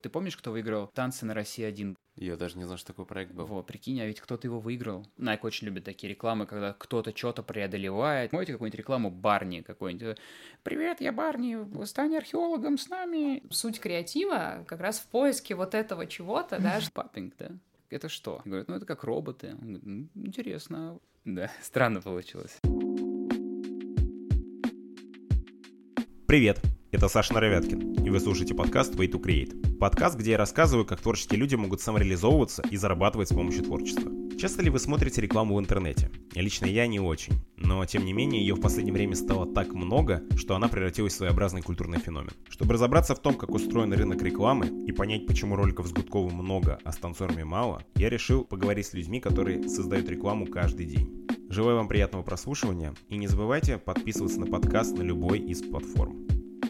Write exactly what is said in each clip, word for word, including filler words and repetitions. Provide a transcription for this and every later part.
Ты помнишь, кто выиграл «Танцы на России один»? Я даже не знал, что такой проект был. Во, прикинь, а ведь кто-то его выиграл. Nike очень любит такие рекламы, когда кто-то что-то преодолевает. Помните какую-нибудь рекламу Барни какой-нибудь? «Привет, я Барни, стань археологом с нами». Суть креатива как раз в поиске вот этого чего-то, да? Паппинг, да? Это что? Говорят, ну это как роботы. Он говорит, ну, интересно. Да, странно получилось. Привет, это Саша Наровяткин, и вы слушаете подкаст Way to Create. Подкаст, где я рассказываю, как творческие люди могут самореализовываться и зарабатывать с помощью творчества. Часто ли вы смотрите рекламу в интернете? Лично я не очень, но тем не менее ее в последнее время стало так много, что она превратилась в своеобразный культурный феномен. Чтобы разобраться в том, как устроен рынок рекламы и понять, почему роликов с Гудковым много, а с танцорами мало, я решил поговорить с людьми, которые создают рекламу каждый день. Желаю вам приятного прослушивания и не забывайте подписываться на подкаст на любой из платформ.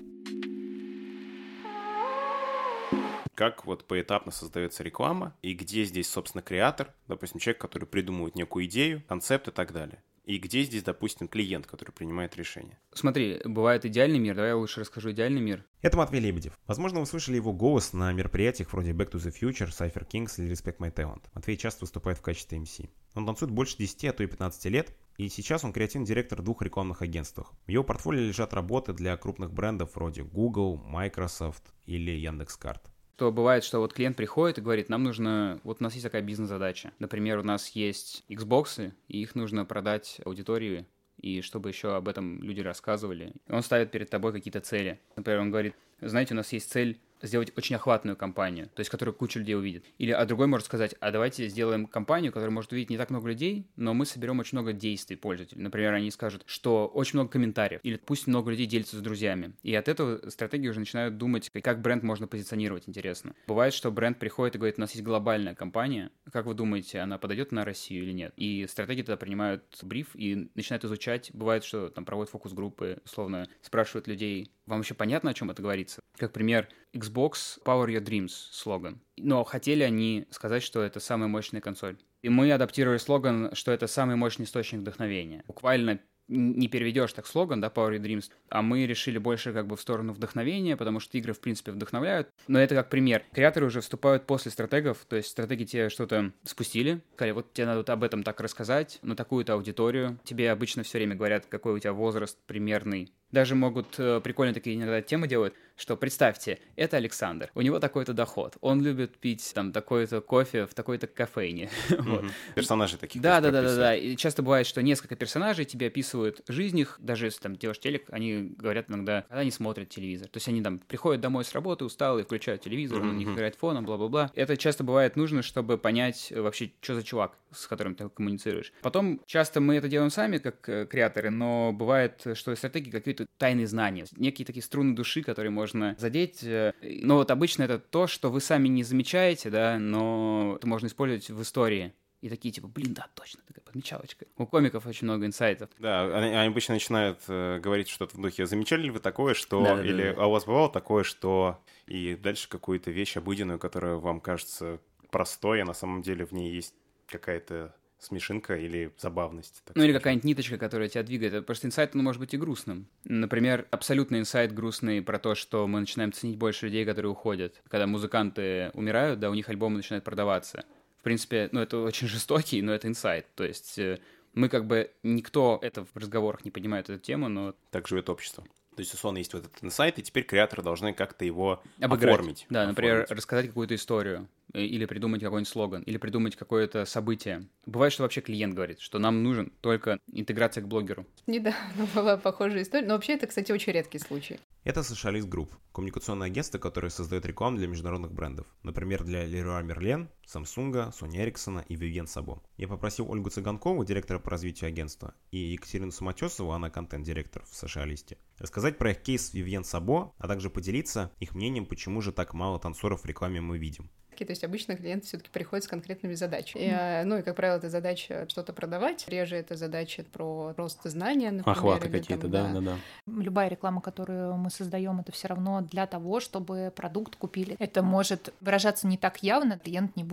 Как вот поэтапно создается реклама, и где здесь, собственно, креатор, допустим, человек, который придумывает некую идею, концепт и так далее. И где здесь, допустим, клиент, который принимает решение. Смотри, бывает идеальный мир, давай я лучше расскажу идеальный мир. Это Матвей Лебедев. Возможно, вы слышали его голос на мероприятиях вроде Back to the Future, Cypher Kings или Respect My Talent. Матвей часто выступает в качестве эм си. Он танцует больше десяти, а то и пятнадцати лет, и сейчас он креативный директор в двух рекламных агентствах. В его портфолио лежат работы для крупных брендов вроде Google, Microsoft или Яндекс.Карт. То бывает, что вот клиент приходит и говорит, нам нужно, вот у нас есть такая бизнес-задача. Например, у нас есть Xbox, и их нужно продать аудитории, и чтобы еще об этом люди рассказывали. И он ставит перед тобой какие-то цели. Например, он говорит, знаете, у нас есть цель сделать очень охватную кампанию, то есть которую куча людей увидит. Или, а другой может сказать, а давайте сделаем кампанию, которую может увидеть не так много людей, но мы соберем очень много действий пользователей. Например, они скажут, что очень много комментариев, или пусть много людей делятся с друзьями. И от этого стратегии уже начинают думать, как бренд можно позиционировать интересно. Бывает, что бренд приходит и говорит, у нас есть глобальная кампания, как вы думаете, она подойдет на Россию или нет? И стратегии тогда принимают бриф и начинают изучать. Бывает, что там проводят фокус-группы, условно спрашивают людей, вам вообще понятно, о чем это говорится? Как пример, Xbox Power Your Dreams слоган. Но хотели они сказать, что это самая мощная консоль. И мы адаптировали слоган, что это самый мощный источник вдохновения. Буквально не переведешь так слоган, да, Power Your Dreams, а мы решили больше как бы в сторону вдохновения, потому что игры, в принципе, вдохновляют. Но это как пример. Креаторы уже вступают после стратегов, то есть стратеги тебе что-то спустили, сказали, вот тебе надо вот об этом так рассказать, на такую-то аудиторию. Тебе обычно все время говорят, какой у тебя возраст примерный. Даже могут э, прикольно такие иногда темы делают, что представьте, это Александр, у него такой-то доход, он любит пить там такой-то кофе в такой-то кофейне. Mm-hmm. Персонажей таких. Да, да, да, да, да. И часто бывает, что несколько персонажей тебе описывают жизнь их, даже если там делаешь телек, они говорят иногда, когда они смотрят телевизор. То есть они там приходят домой с работы, усталые, включают телевизор, mm-hmm. он у них играет фоном, бла-бла-бла. Это часто бывает нужно, чтобы понять вообще, что за чувак, с которым ты коммуницируешь. Потом часто мы это делаем сами, как э, креаторы, но бывает, что стратегии какие-то тайные знания, некие такие струны души, которые можно задеть. Но вот обычно это то, что вы сами не замечаете, да, но это можно использовать в истории. И такие типа, блин, да, точно, такая подмечалочка. У комиков очень много инсайтов. Да, они, они обычно начинают э, говорить что-то в духе, замечали ли вы такое, что... Да, да, Или да, да. а у вас бывало такое, что... И дальше какую-то вещь обыденную, которая вам кажется простой, а на самом деле в ней есть какая-то... смешинка или забавность. Ну или какая-нибудь ниточка, которая тебя двигает. Просто инсайт, он может быть и грустным. Например, абсолютный инсайт грустный про то, что мы начинаем ценить больше людей, которые уходят. Когда музыканты умирают, да, у них альбомы начинают продаваться. В принципе, ну это очень жестокий, но это инсайт. То есть мы как бы, никто это в разговорах не понимает эту тему, но... Так живет общество. То есть, условно, есть вот этот инсайт, и теперь креаторы должны как-то его обыграть. Оформить. Да, оформить. например, рассказать какую-то историю, или придумать какой-нибудь слоган, или придумать какое-то событие. Бывает, что вообще клиент говорит, что нам нужен только интеграция к блогеру. Недавно была похожая история, но вообще это, кстати, очень редкий случай. Это Socialist Group, коммуникационное агентство, которое создает рекламу для международных брендов. Например, для Leroy Merlin, Samsung, Sony Ericsson и Vivienne Sabo. Я попросил Ольгу Цыганкову, директора по развитию агентства, и Екатерину Самотесову, она контент-директор в Socialist, рассказать про их кейс Vivienne Sabo, а также поделиться их мнением, почему же так мало танцоров в рекламе мы видим. То есть обычно клиент все-таки приходит с конкретными задачами. И, ну и, как правило, это задача что-то продавать. Реже это задача про просто знания, например. Охваты или, какие-то, там, да, да, да. Любая реклама, которую мы создаем, это все равно для того, чтобы продукт купили. Это может выражаться не так явно, клиент не будет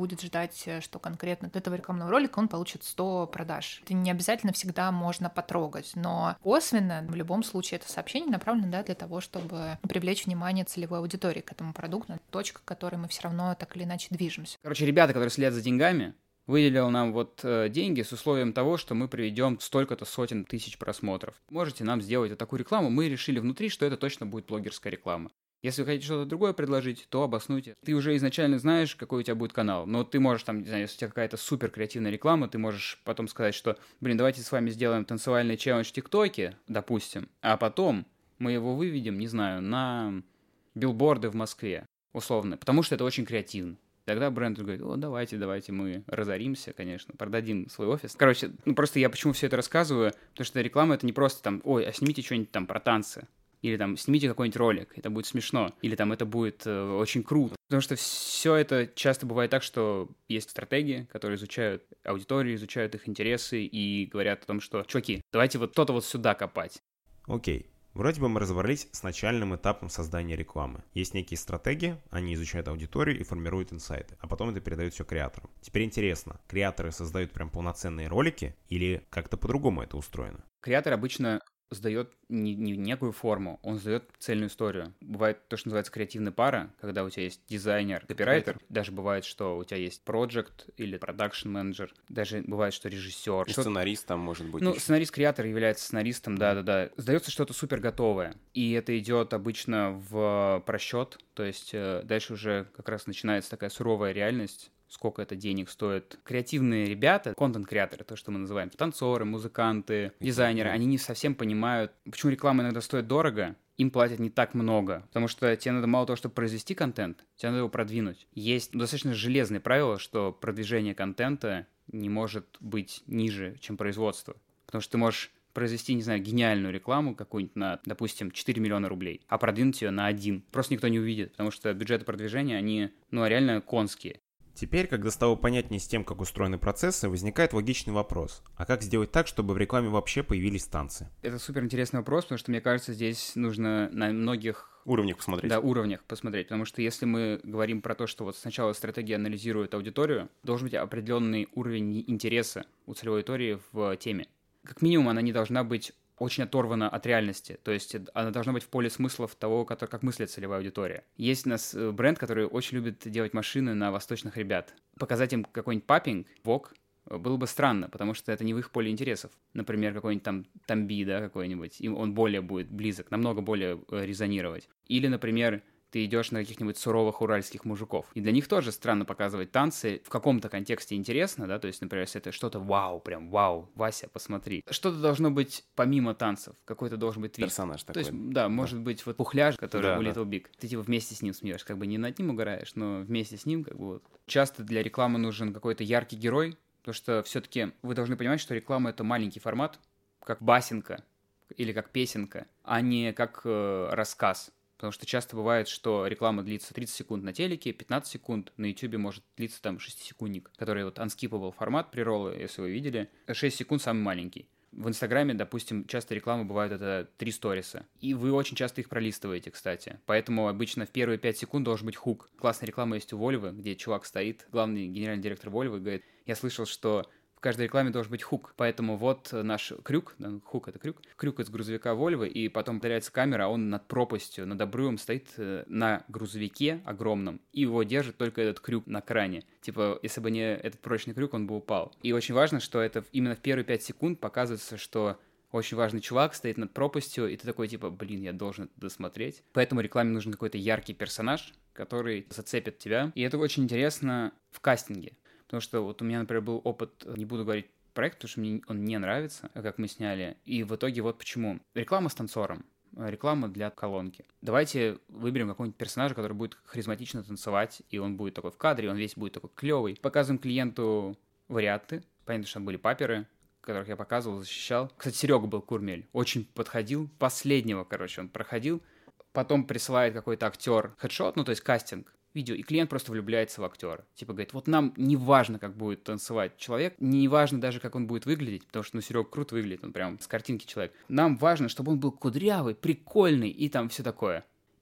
будет ждать, что конкретно от этого рекламного ролика он получит сто продаж. Это не обязательно всегда можно потрогать, но косвенно в любом случае это сообщение направлено, да, для того, чтобы привлечь внимание целевой аудитории к этому продукту, точка, к которой мы все равно так или иначе движемся. Короче, ребята, которые следят за деньгами, выделил нам вот э, деньги с условием того, что мы приведем столько-то сотен тысяч просмотров. Можете нам сделать вот такую рекламу. Мы решили внутри, что это точно будет блогерская реклама. Если вы хотите что-то другое предложить, то обоснуйте. Ты уже изначально знаешь, какой у тебя будет канал, но ты можешь там, не знаю, если у тебя какая-то супер креативная реклама, ты можешь потом сказать, что, блин, давайте с вами сделаем танцевальный челлендж в ТикТоке, допустим, а потом мы его выведем, не знаю, на билборды в Москве, условно, потому что это очень креативно. Тогда бренд говорит: о, давайте, давайте, мы разоримся, конечно, продадим свой офис. Короче, ну просто я почему все это рассказываю, потому что реклама — это не просто там, ой, а снимите что-нибудь там про танцы, или там снимите какой-нибудь ролик, это будет смешно, или там это будет э, очень круто. Потому что все это часто бывает так, что есть стратегии, которые изучают аудиторию, изучают их интересы и говорят о том, что, чуваки, давайте вот то-то вот сюда копать. Окей. Вроде бы мы разобрались с начальным этапом создания рекламы. Есть некие стратегии, они изучают аудиторию и формируют инсайты, а потом это передают все креаторам. Теперь интересно, креаторы создают прям полноценные ролики или как-то по-другому это устроено? Креатор обычно сдает не, не некую форму, он сдает цельную историю. Бывает то, что называется креативная пара, когда у тебя есть дизайнер, копирайтер. Даже бывает, что у тебя есть проект или продакшн менеджер. Даже бывает, что режиссер. И что... сценарист там может быть. Ну, еще. сценарист-креатор является сценаристом, да-да-да. Сдается что-то супер готовое. И это идет обычно в просчет. То есть дальше уже как раз начинается такая суровая реальность. Сколько это денег стоит. Креативные ребята, контент-креаторы, то, что мы называем, танцоры, музыканты, дизайнеры, они не совсем понимают, почему реклама иногда стоит дорого, им платят не так много, потому что тебе надо мало того, чтобы произвести контент, тебе надо его продвинуть. Есть достаточно железное правило, что продвижение контента не может быть ниже, чем производство, потому что ты можешь произвести, не знаю, гениальную рекламу какую-нибудь на, допустим, четыре миллиона рублей, а продвинуть ее на один. Просто никто не увидит, потому что бюджеты продвижения, они, ну, реально конские. Теперь, когда стало понятнее с тем, как устроены процессы, возникает логичный вопрос. А как сделать так, чтобы в рекламе вообще появились танцы? Это супер интересный вопрос, потому что, мне кажется, здесь нужно на многих уровнях посмотреть. Да, уровнях посмотреть. Потому что если мы говорим про то, что вот сначала стратегия анализирует аудиторию, должен быть определенный уровень интереса у целевой аудитории в теме. Как минимум, она не должна быть очень оторвана от реальности, то есть она должна быть в поле смыслов того, как, как мыслит целевая аудитория. Есть у нас бренд, который очень любит делать машины на восточных ребят. Показать им какой-нибудь паппинг, вок, было бы странно, потому что это не в их поле интересов. Например, какой-нибудь там тамби, да, какой-нибудь, им он более будет близок, намного более резонировать. Или, например, ты идешь на каких-нибудь суровых уральских мужиков. И для них тоже странно показывать танцы. В каком-то контексте интересно, да, то есть, например, если это что-то вау, прям вау, Вася, посмотри. Что-то должно быть помимо танцев, какой-то должен быть твист. Персонаж такой. То есть, да, да. может быть, вот пухляж, который да, у да. Little Big. Ты типа вместе с ним смеешься, как бы не над ним угораешь, но вместе с ним как бы вот. Часто для рекламы нужен какой-то яркий герой, потому что все-таки вы должны понимать, что реклама — это маленький формат, как басенка или как песенка, а не как э, рассказ. Потому что часто бывает, что реклама длится тридцать секунд на телеке, пятнадцать секунд, на ютубе может длиться там шестисекундник, который вот unskippable формат прероллы, если вы видели. шесть секунд самый маленький. В Инстаграме, допустим, часто рекламы бывают это три сториса. И вы очень часто их пролистываете, кстати. Поэтому обычно в первые пять секунд должен быть хук. Классная реклама есть у Вольвы, где чувак стоит, главный генеральный директор Вольвы, говорит: я слышал, что в каждой рекламе должен быть хук. Поэтому вот наш крюк, хук — это крюк, крюк из грузовика Вольвы, и потом появляется камера, а он над пропастью, над обрывом стоит на грузовике огромном, и его держит только этот крюк на кране. Типа, если бы не этот прочный крюк, он бы упал. И очень важно, что это именно в первые пять секунд показывается, что очень важный чувак стоит над пропастью, и ты такой, типа, блин, я должен это досмотреть. Поэтому рекламе нужен какой-то яркий персонаж, который зацепит тебя. И это очень интересно в кастинге. Потому что вот у меня, например, был опыт, не буду говорить проект, потому что мне он не нравится, как мы сняли. И в итоге вот почему. Реклама с танцором. Реклама для колонки. Давайте выберем какого-нибудь персонажа, который будет харизматично танцевать, и он будет такой в кадре, он весь будет такой клевый. Показываем клиенту варианты. Понятно, что там были паперы, которых я показывал, защищал. Кстати, Серега был Курмель. Очень подходил. Последнего, короче, он проходил. Потом присылает какой-то актер хедшот, ну то есть кастинг. Видео, и клиент просто влюбляется в актера. Типа говорит, вот нам не важно, как будет танцевать человек, не важно даже, как он будет выглядеть, потому что, ну, Серега круто выглядит, он прям с картинки человек. Нам важно, чтобы он был кудрявый, прикольный и там все такое.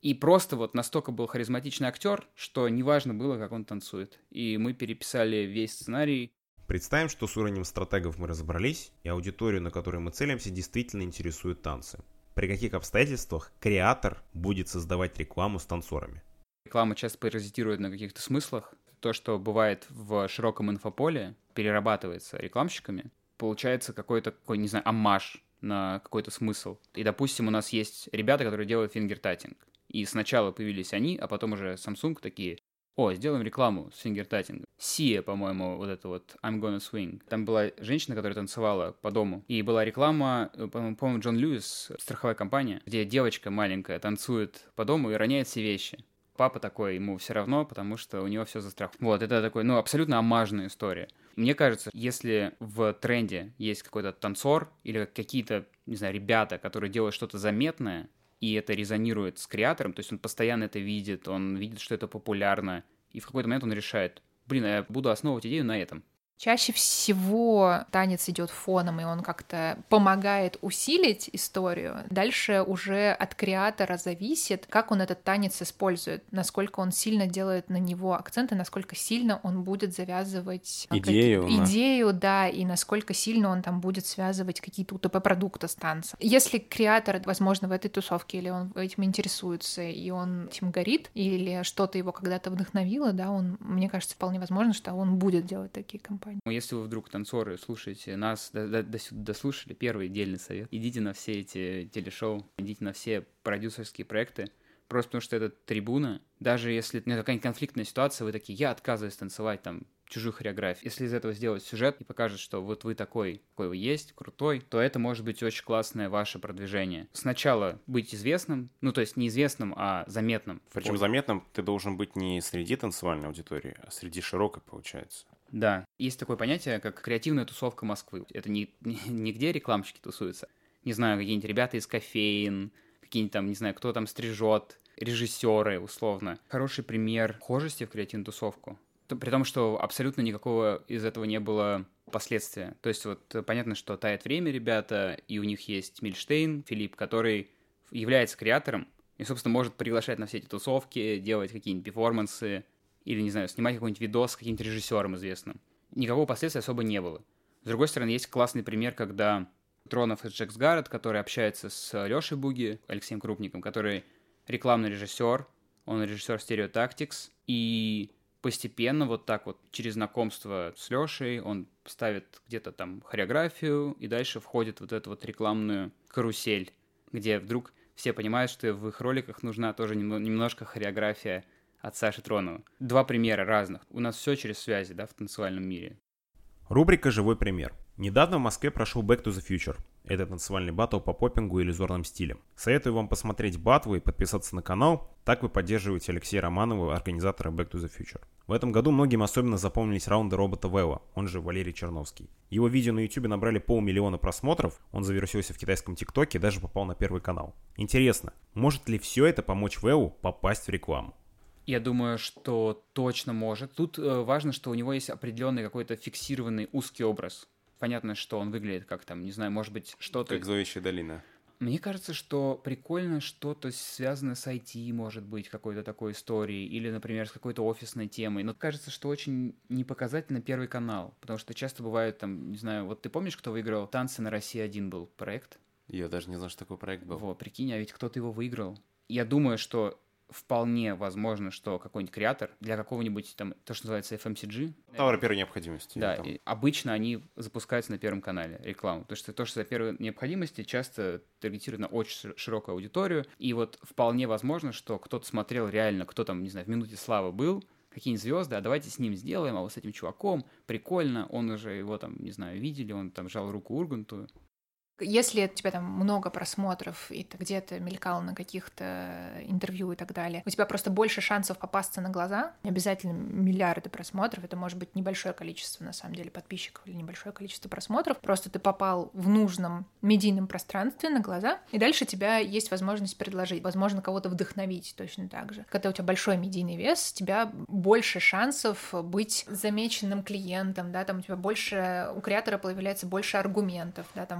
И просто вот настолько был харизматичный актер, что неважно было, как он танцует. И мы переписали весь сценарий. Представим, что с уровнем стратегов мы разобрались, и аудиторию, на которую мы целимся, действительно интересуют танцы. При каких обстоятельствах креатор будет создавать рекламу с танцорами? Реклама часто паразитирует на каких-то смыслах. То, что бывает в широком инфополе, перерабатывается рекламщиками. Получается какой-то, какой, не знаю, оммаж на какой-то смысл. И, допустим, у нас есть ребята, которые делают фингертайтинг. И сначала появились они, а потом уже Samsung такие: о, сделаем рекламу с фингертайтингом. Сия, по-моему, вот это вот I'm Gonna Swing. Там была женщина, которая танцевала по дому. И была реклама, по-моему, Джон Льюис, страховая компания, где девочка маленькая танцует по дому и роняет все вещи. Папа такой, ему все равно, потому что у него все застраховано. Вот, это такой, ну, абсолютно омажная история. Мне кажется, если в тренде есть какой-то танцор или какие-то, не знаю, ребята, которые делают что-то заметное, и это резонирует с креатором, то есть он постоянно это видит, он видит, что это популярно, и в какой-то момент он решает: блин, я буду основывать идею на этом. Чаще всего танец идет фоном, и он как-то помогает усилить историю. Дальше уже от креатора зависит, как он этот танец использует, насколько он сильно делает на него акценты, насколько сильно он будет завязывать идею, как... идею, да, и насколько сильно он там будет связывать какие-то УТП-продукты с танцем. Если креатор, возможно, в этой тусовке, или он этим интересуется, и он этим горит, или что-то его когда-то вдохновило, да, он, мне кажется, вполне возможно, что он будет делать такие кампании. Если вы вдруг, танцоры, слушаете нас, до, до, до сюда дослушали, первый дельный совет: идите на все эти телешоу, идите на все продюсерские проекты, просто потому что это трибуна. Даже если ну, какая-нибудь конфликтная ситуация, вы такие: я отказываюсь танцевать там чужую хореографию. Если из этого сделать сюжет и покажет, что вот вы такой, какой вы есть, крутой, то это может быть очень классное ваше продвижение. Сначала быть известным, ну то есть не известным, а заметным. Причем заметным ты должен быть не среди танцевальной аудитории, а среди широкой, получается. Да. Есть такое понятие, как креативная тусовка Москвы. Это не, не, не где рекламщики тусуются. Не знаю, какие-нибудь ребята из кофеин, какие-нибудь там, не знаю, кто там стрижет, режиссеры, условно. Хороший пример вхожести в креативную тусовку. При том, что абсолютно никакого из этого не было последствия. То есть вот понятно, что тает время ребята, и у них есть Мильштейн, Филипп, который является креатором и, собственно, может приглашать на все эти тусовки, делать какие-нибудь перформансы, или, не знаю, снимать какой-нибудь видос с каким-то режиссером известным. Никакого последствия особо не было. С другой стороны, есть классный пример, когда Тронов и Джекс Гаррет, который общается с Лешей Буги, Алексеем Крупником, который рекламный режиссер, он режиссер Stereo Tactics, и постепенно вот так вот через знакомство с Лешей он ставит где-то там хореографию, и дальше входит вот эту вот рекламную карусель, где вдруг все понимают, что в их роликах нужна тоже немножко хореография от Саши Тронова. Два примера разных. У нас все через связи, да, в танцевальном мире. Рубрика «Живой пример». Недавно в Москве прошел Back to the Future. Это танцевальный баттл по поппингу и иллюзорным стилям. Советую вам посмотреть батлы и подписаться на канал. Так вы поддерживаете Алексея Романова, организатора Back to the Future. В этом году многим особенно запомнились раунды робота Вэлла, он же Валерий Черновский. Его видео на YouTube набрали полмиллиона просмотров, он завирусился в китайском ТикТоке и даже попал на Первый канал. Интересно, может ли все это помочь Вэллу попасть в рекламу? Я думаю, что точно может. Тут э, важно, что у него есть определенный какой-то фиксированный узкий образ. Понятно, что он выглядит как там, не знаю, может быть, что-то... Как «Зловещая долина». Мне кажется, что прикольно что-то связанное с ай ти, может быть, какой-то такой историей, или, например, с какой-то офисной темой. Но кажется, что очень непоказательно Первый канал, потому что часто бывает там, не знаю, вот ты помнишь, кто выиграл «Танцы на России один» был проект? Я даже не знал, что такой проект был. Во, прикинь, а ведь кто-то его выиграл. Я думаю, что вполне возможно, что какой-нибудь креатор для какого-нибудь там, то, что называется эф эм си джи. Товары первой необходимости. Да, и обычно они запускаются на Первом канале, рекламу. Потому что то, что за первой необходимости, часто таргетирует на очень широкую аудиторию. И вот вполне возможно, что кто-то смотрел реально, кто там, не знаю, в «Минуте славы» был, какие-нибудь звезды, а давайте с ним сделаем, а вот с этим чуваком, прикольно, он уже его там, не знаю, видели, он там жал руку Урганту. Если у тебя там много просмотров, и ты где-то мелькал на каких-то интервью и так далее, у тебя просто больше шансов попасться на глаза. Не обязательно миллиарды просмотров, это может быть небольшое количество, на самом деле, подписчиков или небольшое количество просмотров. Просто ты попал в нужном медийном пространстве на глаза, и дальше у тебя есть возможность предложить, возможно, кого-то вдохновить точно так же. Когда у тебя большой медийный вес, у тебя больше шансов быть замеченным клиентом, да, там у тебя больше, у креатора появляется больше аргументов, да, там в пользу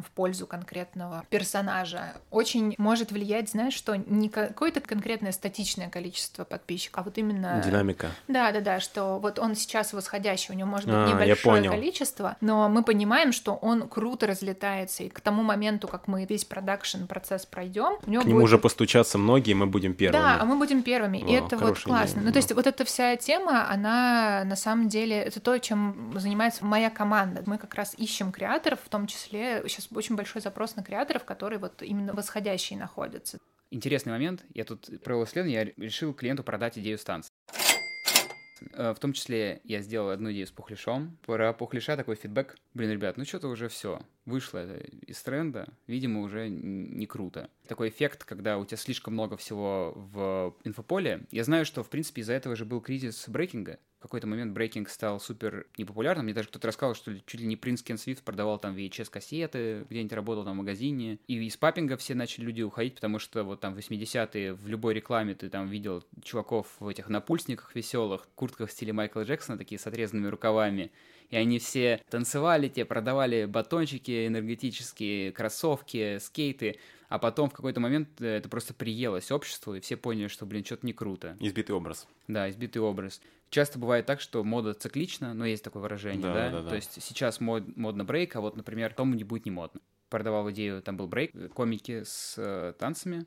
пользу конкретного персонажа очень может влиять, знаешь, что не какое-то конкретное статичное количество подписчиков, а вот именно... Динамика. Да-да-да, что вот он сейчас восходящий, у него может быть А, небольшое количество, но мы понимаем, что он круто разлетается, и к тому моменту, как мы весь продакшн-процесс пройдем, у него К нему будет... уже постучатся многие, мы будем первыми. Да, а мы будем первыми, О, и это вот классно. идея. Ну, то есть вот эта вся тема, она на самом деле, это то, чем занимается моя команда. Мы как раз ищем креаторов, в том числе сейчас очень большой запрос на креаторов, которые вот именно восходящие находятся. Интересный момент. Я тут провел исследование, я решил клиенту продать идею станции. В том числе я сделал одну идею с Пухляшом. Про Пухляша такой фидбэк. Блин, ребят, ну что-то уже все вышло из тренда, видимо, уже не круто. Такой эффект, когда у тебя слишком много всего в инфополе. Я знаю, что, в принципе, из-за этого же был кризис брейкинга. В какой-то момент брейкинг стал супер непопулярным. Мне даже кто-то рассказал, что чуть ли не принц Кен Свифт продавал там ви эйч эс-кассеты, где-нибудь работал там в магазине. И из паппинга все начали люди уходить, потому что вот там в восьмидесятые в любой рекламе ты там видел чуваков в этих напульсниках веселых, куртках в стиле Майкла Джексона, такие с отрезанными рукавами. И они все танцевали, те продавали батончики энергетические, кроссовки, скейты. А потом в какой-то момент это просто приелось обществу, и все поняли, что, блин, что-то не круто. Избитый образ. Да, избитый образ. Часто бывает так, что мода циклична, но есть такое выражение, да? Да, да, да. То есть сейчас мод, модно брейк, а вот, например, тому не будет не модно. Продавал идею, там был брейк, комики с э, танцами,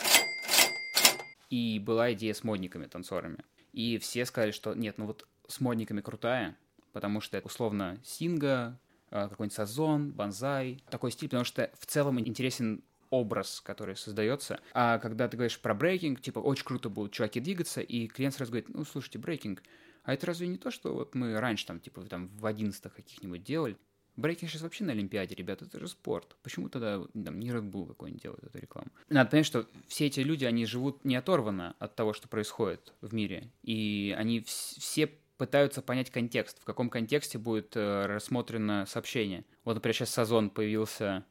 и была идея с модниками, танцорами. И все сказали, что нет, ну вот с модниками крутая, потому что это условно синга, э, какой-нибудь сазон, банзай, такой стиль, потому что в целом интересен образ, который создается. А когда ты говоришь про брейкинг, типа, очень круто будут чуваки двигаться, и клиент сразу говорит, ну, слушайте, брейкинг, а это разве не то, что вот мы раньше там, типа, там в одиннадцатых каких-нибудь делали? Брейкинг сейчас вообще на Олимпиаде, ребята, это же спорт. Почему тогда там не Red Bull какой-нибудь делает эту рекламу? Надо понять, что все эти люди, они живут не оторванно от того, что происходит в мире, и они вс- все пытаются понять контекст, в каком контексте будет э, рассмотрено сообщение. Вот, например, сейчас Сазон появился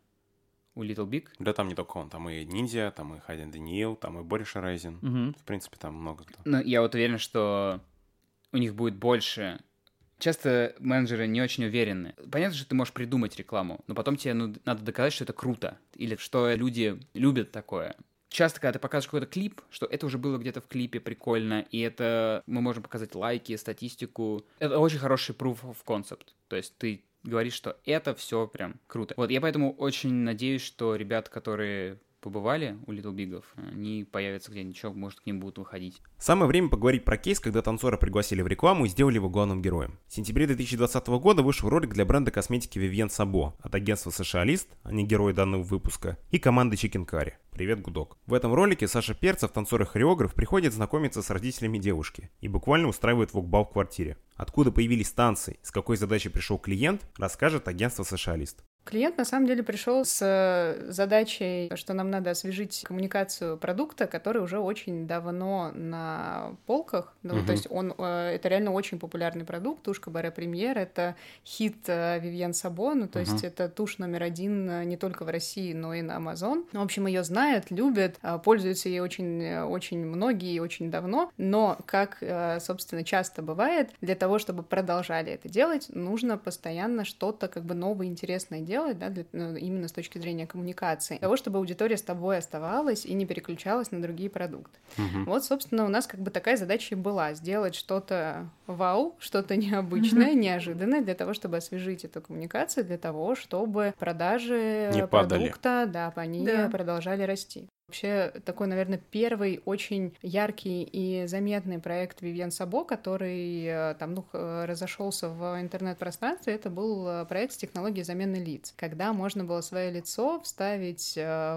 у Little Big. Да, там не только он, там и Ниндзя, там и Хайден Даниил, там и Борис Шарайзен. Угу. В принципе, там много кто. Ну, я вот уверен, что у них будет больше. Часто менеджеры не очень уверены. Понятно, что ты можешь придумать рекламу, но потом тебе ну, надо доказать, что это круто, или что люди любят такое. Часто, когда ты показываешь какой-то клип, что это уже было где-то в клипе прикольно, и это мы можем показать лайки, статистику. Это очень хороший proof of concept. То есть ты говоришь, что это все прям круто. Вот я поэтому очень надеюсь, что ребята, которые побывали у Little Big'ов, они появятся где-нибудь, еще, может, к ним будут выходить. Самое время поговорить про кейс, когда танцора пригласили в рекламу и сделали его главным героем. В сентябре две тысячи двадцатого года вышел ролик для бренда косметики Vivienne Sabo от агентства США List, а не герой данного выпуска, и команды Chicken Curry. Привет, Гудок. В этом ролике Саша Перцев, танцор и хореограф, приходит знакомиться с родителями девушки и буквально устраивает вокбал в квартире. Откуда появились танцы, с какой задачей пришел клиент, расскажет агентство США List. Клиент, на самом деле, пришел с задачей, что нам надо освежить коммуникацию продукта, который уже очень давно на полках. Ну, Uh-huh. То есть он, это реально очень популярный продукт. Тушь Кабаре Премьер — это хит Vivienne Sabo. Ну, то uh-huh. есть это тушь номер один не только в России, но и на Amazon. В общем, ее знают, любят, пользуются ей очень, очень многие и очень давно. Но, как, собственно, часто бывает, для того, чтобы продолжали это делать, нужно постоянно что-то как бы новое, интересное делать. Делать, да, для, ну, именно с точки зрения коммуникации, для того, чтобы аудитория с тобой оставалась и не переключалась на другие продукты. Uh-huh. Вот, собственно, у нас как бы такая задача и была — сделать что-то вау, что-то необычное, uh-huh. неожиданное, для того, чтобы освежить эту коммуникацию, для того, чтобы продажи не продукта, да, они да. продолжали расти. Вообще, такой, наверное, первый очень яркий и заметный проект Vivienne Sabo, который там, ну, разошелся в интернет-пространстве, это был проект с технологией замены лиц, когда можно было свое лицо вставить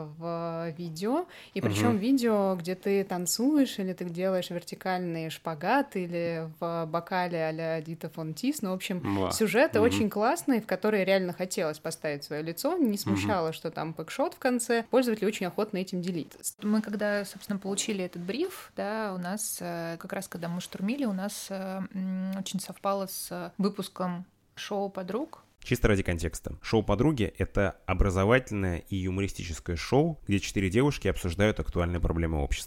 в видео, и причем uh-huh. видео, где ты танцуешь, или ты делаешь вертикальный шпагат, или в бокале а-ля Дита Фон Тис. Ну, в общем, wow. сюжеты uh-huh. очень классные, в которые реально хотелось поставить свое лицо, не смущало, uh-huh. что там пэкшот в конце. Пользователи очень охотно этим делились. Мы когда, собственно, получили этот бриф, да, у нас как раз, когда мы штурмили, у нас очень совпало с выпуском шоу «Подруг». Чисто ради контекста. Шоу «Подруги» — это образовательное и юмористическое шоу, где четыре девушки обсуждают актуальные проблемы общества.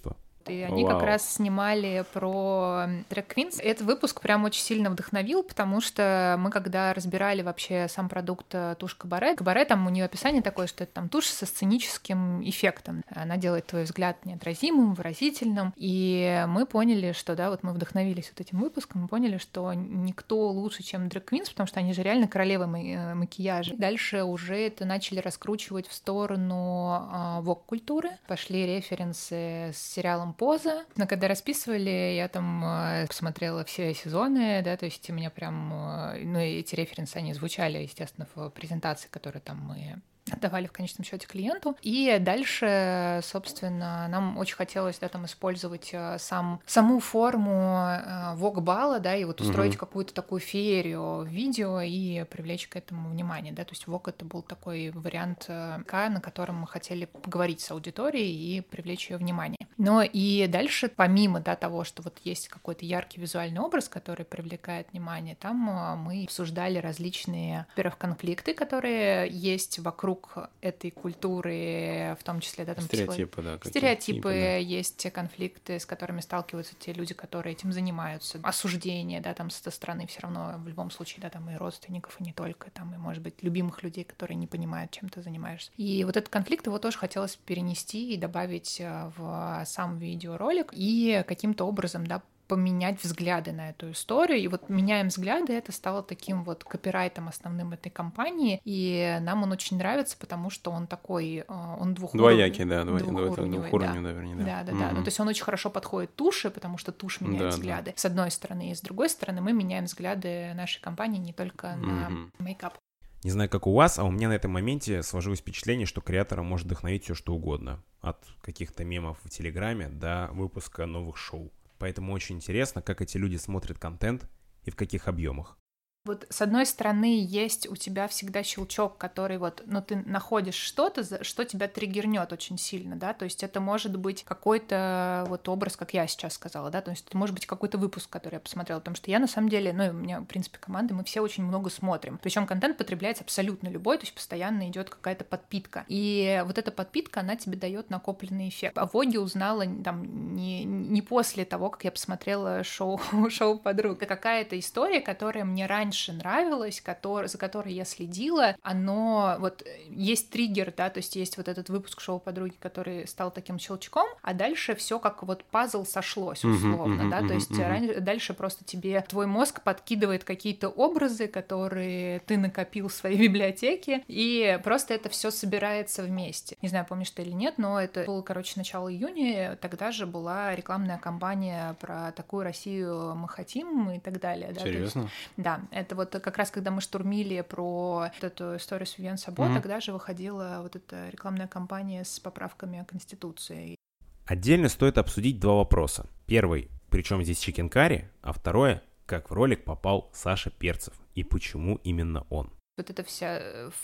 И они Вау. как раз снимали про Drag Queens. Этот выпуск прям очень сильно вдохновил, потому что мы когда разбирали вообще сам продукт тушь Кабаре, Кабаре, там у нее описание такое, что это там тушь со сценическим эффектом. Она делает твой взгляд неотразимым, выразительным. И мы поняли, что, да, вот мы вдохновились вот этим выпуском, мы поняли, что никто лучше, чем Drag Queens, потому что они же реально королевы макияжа. Дальше уже это начали раскручивать в сторону вок-культуры. Пошли референсы с сериалом «Поза». Но когда расписывали, я там посмотрела все сезоны, да, то есть у меня прям, ну, эти референсы, они звучали, естественно, в презентации, которую там мы отдавали в конечном счете клиенту. И дальше, собственно, нам очень хотелось, да, там использовать сам, саму форму вок-бала, да, и вот устроить mm-hmm. какую-то такую феерию в видео и привлечь к этому внимание, да, то есть вок — это был такой вариант, на котором мы хотели поговорить с аудиторией и привлечь ее внимание. Но и дальше, помимо, да, того, что вот есть какой-то яркий визуальный образ, который привлекает внимание, там мы обсуждали различные, во-первых, конфликты, которые есть вокруг этой культуры, в том числе, да, там стереотипы, психо... да, стереотипы, да. Есть конфликты, с которыми сталкиваются те люди, которые этим занимаются, осуждение, да, там со стороны все равно в любом случае, да, там и родственников, и не только, там и, может быть, любимых людей, которые не понимают, чем ты занимаешься. И вот этот конфликт его тоже хотелось перенести и добавить в сам видеоролик и каким-то образом, да, поменять взгляды на эту историю. И вот «Меняем взгляды» — это стало таким вот копирайтом основным этой компании, и нам он очень нравится, потому что он такой, он двухуровневый. Двоякий, да, двухуровневый, двухуровневый, да, вернее, да. Да, да, да. Mm-hmm. Ну, то есть он очень хорошо подходит туше, потому что тушь меняет да, взгляды. Да. С одной стороны, и с другой стороны мы меняем взгляды нашей компании не только mm-hmm. на мейкап. Не знаю, как у вас, а у меня на этом моменте сложилось впечатление, что креатора может вдохновить все что угодно. От каких-то мемов в Телеграме до выпуска новых шоу. Поэтому очень интересно, как эти люди смотрят контент и в каких объемах. Вот с одной стороны есть у тебя всегда щелчок, который вот, ну, ты находишь что-то, что тебя триггернет очень сильно, да, то есть это может быть какой-то вот образ, как я сейчас сказала, да, то есть это может быть какой-то выпуск, который я посмотрела, потому что я на самом деле, ну, у меня, в принципе, команда, мы все очень много смотрим, причем контент потребляется абсолютно любой, то есть постоянно идет какая-то подпитка, и вот эта подпитка, она тебе дает накопленный эффект. О Воге узнала там не, не после того, как я посмотрела шоу, шоу «Подруг». Это какая-то история, которая мне раньше нравилось, который, за которой я следила, оно, вот, есть триггер, да, то есть есть вот этот выпуск шоу «Подруги», который стал таким щелчком, а дальше все как вот пазл сошлось, условно, uh-huh, uh-huh, да, uh-huh, то есть uh-huh. дальше просто тебе твой мозг подкидывает какие-то образы, которые ты накопил в своей библиотеке, и просто это все собирается вместе. Не знаю, помнишь ты или нет, но это было, короче, начало июня, тогда же была рекламная кампания про такую Россию мы хотим и так далее. Да, серьезно? То есть, да, это вот как раз когда мы штурмили про вот эту историю с Вивьен Сабо, mm-hmm. тогда же выходила вот эта рекламная кампания с поправками о Конституции. Отдельно стоит обсудить два вопроса. Первый, причем здесь чикен карри, а второе, как в ролик попал Саша Перцев и почему именно он. Вот эта вся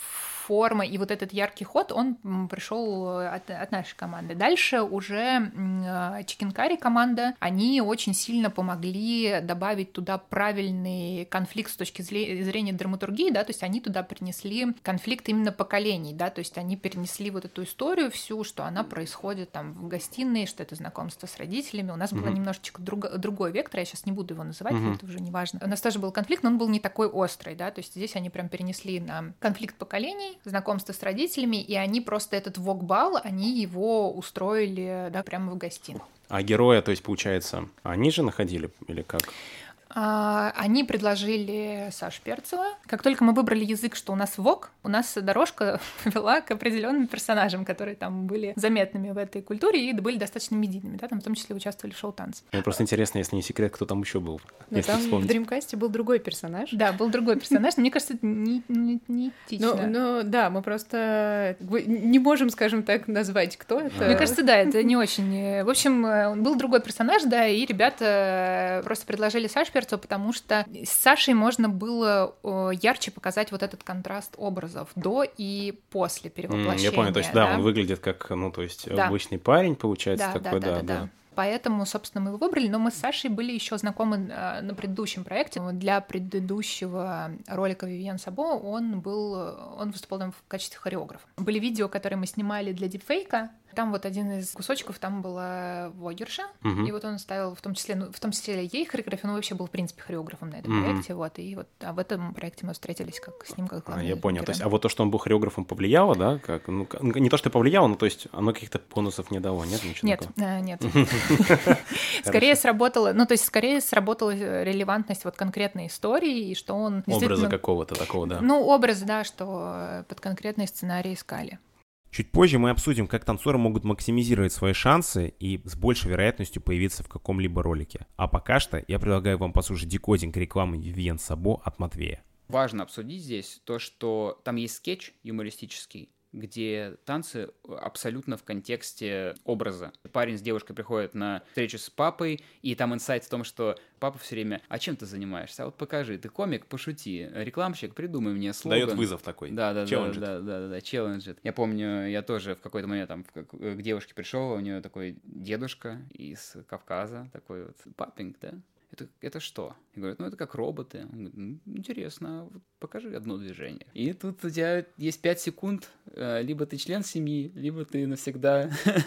форма и вот этот яркий ход, он пришел от, от нашей команды. Дальше уже Chicken Curry команда, они очень сильно помогли добавить туда правильный конфликт с точки зрения драматургии, да, то есть они туда принесли конфликт именно поколений, да, то есть они перенесли вот эту историю всю, что она происходит там в гостиной, что это знакомство с родителями. У нас mm-hmm. был немножечко друг, другой вектор, я сейчас не буду его называть, mm-hmm. это уже не важно. У нас тоже был конфликт, но он был не такой острый, да, то есть здесь они прям перенесли на конфликт поколений, знакомство с родителями, и они просто этот вок-бал, они его устроили, да, прямо в гостиной. А героя, то есть, получается, они же находили или как? Они предложили Сашу Перцева. Как только мы выбрали язык, что у нас вок, у нас дорожка вела к определенным персонажам, которые там были заметными в этой культуре и были достаточно медийными, да, там в том числе участвовали в шоу танцев. Мне просто интересно, если не секрет, кто там еще был. Но там вспомнить. В Дримкасте был другой персонаж. Да, был другой персонаж, но мне кажется, это не, не, не этично. Ну, ну да, мы просто не можем, скажем так, назвать, кто это. Мне кажется, да, это не очень. В общем, был другой персонаж, да, и ребята просто предложили Сашу Перцеву, потому что с Сашей можно было ярче показать вот этот контраст образов до и после перевоплощения. Mm, я понял, то есть, да, да, он выглядит как, ну, то есть, да. обычный парень, получается, да, такой, да, да, да, да, да. да. Поэтому, собственно, мы его выбрали, но мы с Сашей были еще знакомы на предыдущем проекте. Для предыдущего ролика Вивьен Сабо он был, он выступал там в качестве хореографа. Были видео, которые мы снимали для дипфейка, Там вот один из кусочков, там была вогерша, Мгм. и вот он ставил в том числе, ну, в том числе ей хореографию, он вообще был, в принципе, хореографом на этом Мгм. проекте, вот, и вот а в этом проекте мы встретились как с ним, как А, главный я понял. То есть, герой. а вот то, что он был хореографом, повлияло, да? Как? Ну, к- не то, что повлияло, но то есть оно каких-то бонусов не дало, нет? Ничего Нет, такого? а, нет. Скорее сработало, ну, то есть скорее сработала релевантность вот конкретной истории, и что он Образа действительно... какого-то такого, да. Ну, образ, да, что под конкретный сценарий искали. Чуть позже мы обсудим, как танцоры могут максимизировать свои шансы и с большей вероятностью появиться в каком-либо ролике. А пока что я предлагаю вам послушать декодинг рекламы Vivienne Sabo от Матвея. Важно обсудить здесь то, что там есть скетч юмористический, где танцы абсолютно в контексте образа. Парень с девушкой приходит на встречу с папой, и там инсайт в том, что папа все время: а чем ты занимаешься? А вот покажи, ты комик, пошути, рекламщик, придумай мне слоган. Дает вызов такой. Да, да, да, Челленджит. да, да, да, да, челленджит. Я помню, я тоже в какой-то момент там к, к девушке пришел, у нее такой дедушка из Кавказа, такой вот папинг, да? Это, это что? Я говорю, ну это как роботы. Он говорит, ну, интересно, вот покажи одно движение. И тут у тебя есть пять секунд, э, либо ты член семьи, либо ты навсегда...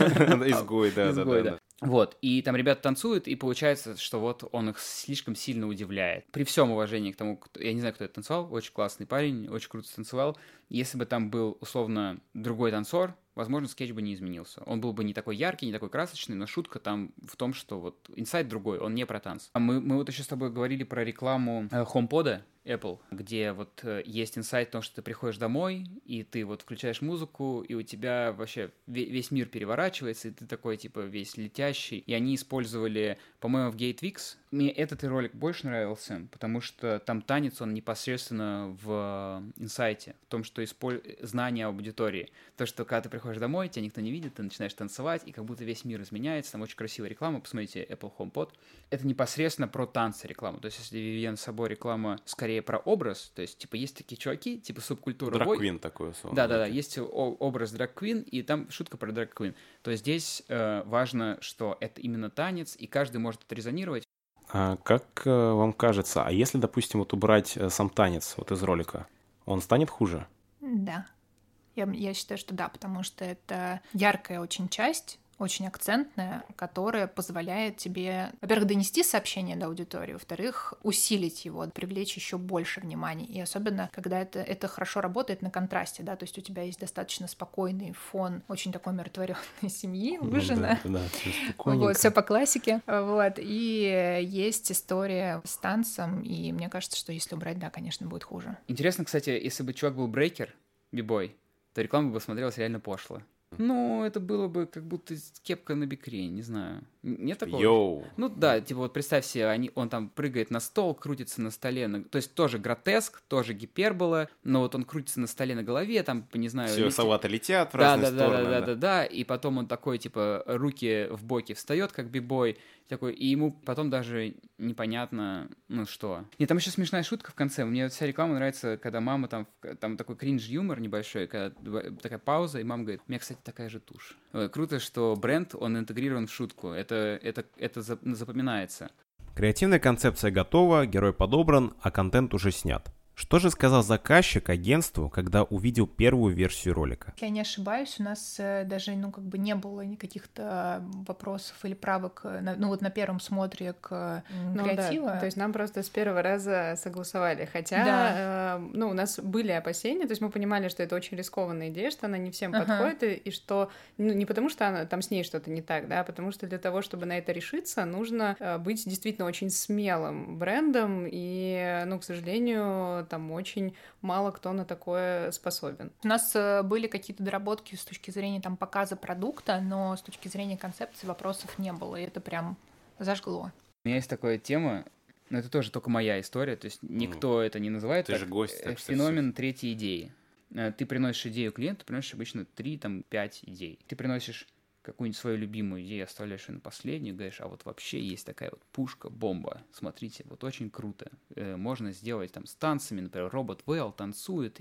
Изгой, да, да, Изгой, да, да. да. Вот, и там ребята танцуют, и получается, что вот он их слишком сильно удивляет. При всем уважении к тому, кто... я не знаю, кто это танцевал, очень классный парень, очень круто танцевал. Если бы там был, условно, другой танцор, возможно, скетч бы не изменился. Он был бы не такой яркий, не такой красочный, но шутка там в том, что вот инсайт другой, он не про танцы. А мы, мы вот еще с тобой говорили про рекламу э, HomePod Apple, где вот э, есть инсайт в том, что ты приходишь домой, и ты вот включаешь музыку, и у тебя вообще ве- весь мир переворачивается, и ты такой, типа, весь летящий. И они использовали, по-моему, в Gatewix. Мне этот ролик больше нравился, потому что там танец, он непосредственно в инсайте, в том, что исполь... знание об аудитории. То, что когда ты приходишь домой, тебя никто не видит, ты начинаешь танцевать, и как будто весь мир изменяется. Там очень красивая реклама, посмотрите Apple HomePod. Это непосредственно про танцы реклама. То есть если Vivienne Sabo реклама скорее про образ, то есть, типа, есть такие чуваки, типа, субкультура. Драг-квин такой, условно. Да-да-да, есть о- образ драг-квин, и там шутка про драг-квин. То есть здесь э, важно, что это именно танец, и каждый может отрезонировать. А как э, вам кажется, а если, допустим, вот убрать э, сам танец вот из ролика, он станет хуже? Да. Я, я считаю, что да, потому что это яркая очень часть, очень акцентная, которая позволяет тебе, во-первых, донести сообщение до аудитории, во-вторых, усилить его, привлечь еще больше внимания. И особенно, когда это, это хорошо работает на контрасте, да, то есть у тебя есть достаточно спокойный фон очень такой умиротворенной семьи, ужина. Ну, да, да, всё спокойненько. Вот, все по классике. Вот. И есть история с танцем, и мне кажется, что если убрать, да, конечно, будет хуже. Интересно, кстати, если бы чувак был брейкер, бибой, то реклама бы смотрелась реально пошло. Ну, это было бы как будто кепка на бикре, не знаю. Нет такого? Йоу. Ну да, типа вот представь себе, они, он там прыгает на стол, крутится на столе, на... то есть тоже гротеск, тоже гипербола, но вот он крутится на столе на голове, там, не знаю... Все, летит... салаты летят в да, разные да, стороны. Да, да, да, да, да, и потом он такой, типа, руки в боки встает, как бибой, такой, и ему потом даже непонятно, ну что. Нет, там еще смешная шутка в конце. Мне вся реклама нравится, когда мама там, там такой кринж-юмор небольшой, когда такая пауза, и мама говорит, у меня, кстати, такая же тушь. Круто, что бренд, он интегрирован в шутку. Это, это, это запоминается. Креативная концепция готова, герой подобран, а контент уже снят. Что же сказал заказчик агентству, когда увидел первую версию ролика? Если я не ошибаюсь, у нас даже, ну, как бы не было никаких-то вопросов или правок, на, ну, вот на первом смотре к ну, креативу. Да. То есть нам просто с первого раза согласовали. Хотя, да. э, ну, у нас были опасения, то есть мы понимали, что это очень рискованная идея, что она не всем ага. подходит, и, и что, ну, не потому что она, там с ней что-то не так, да, а потому что для того, чтобы на это решиться, нужно э, быть действительно очень смелым брендом, и, ну, к сожалению, там очень мало кто на такое способен. У нас были какие-то доработки с точки зрения там показа продукта, но с точки зрения концепции вопросов не было, и это прям зажгло. У меня есть такая тема, но это тоже только моя история, то есть никто mm. это не называет. Ты так, же гость. Так феномен что... третьей идеи. Ты приносишь идею клиенту, ты приносишь обычно три-пять идей. Ты приносишь какую-нибудь свою любимую идею, оставляешь ее на последнюю, говоришь, а вот вообще есть такая вот пушка, бомба, смотрите, вот очень круто. Э, можно сделать там с танцами, например, робот Вэлл танцует.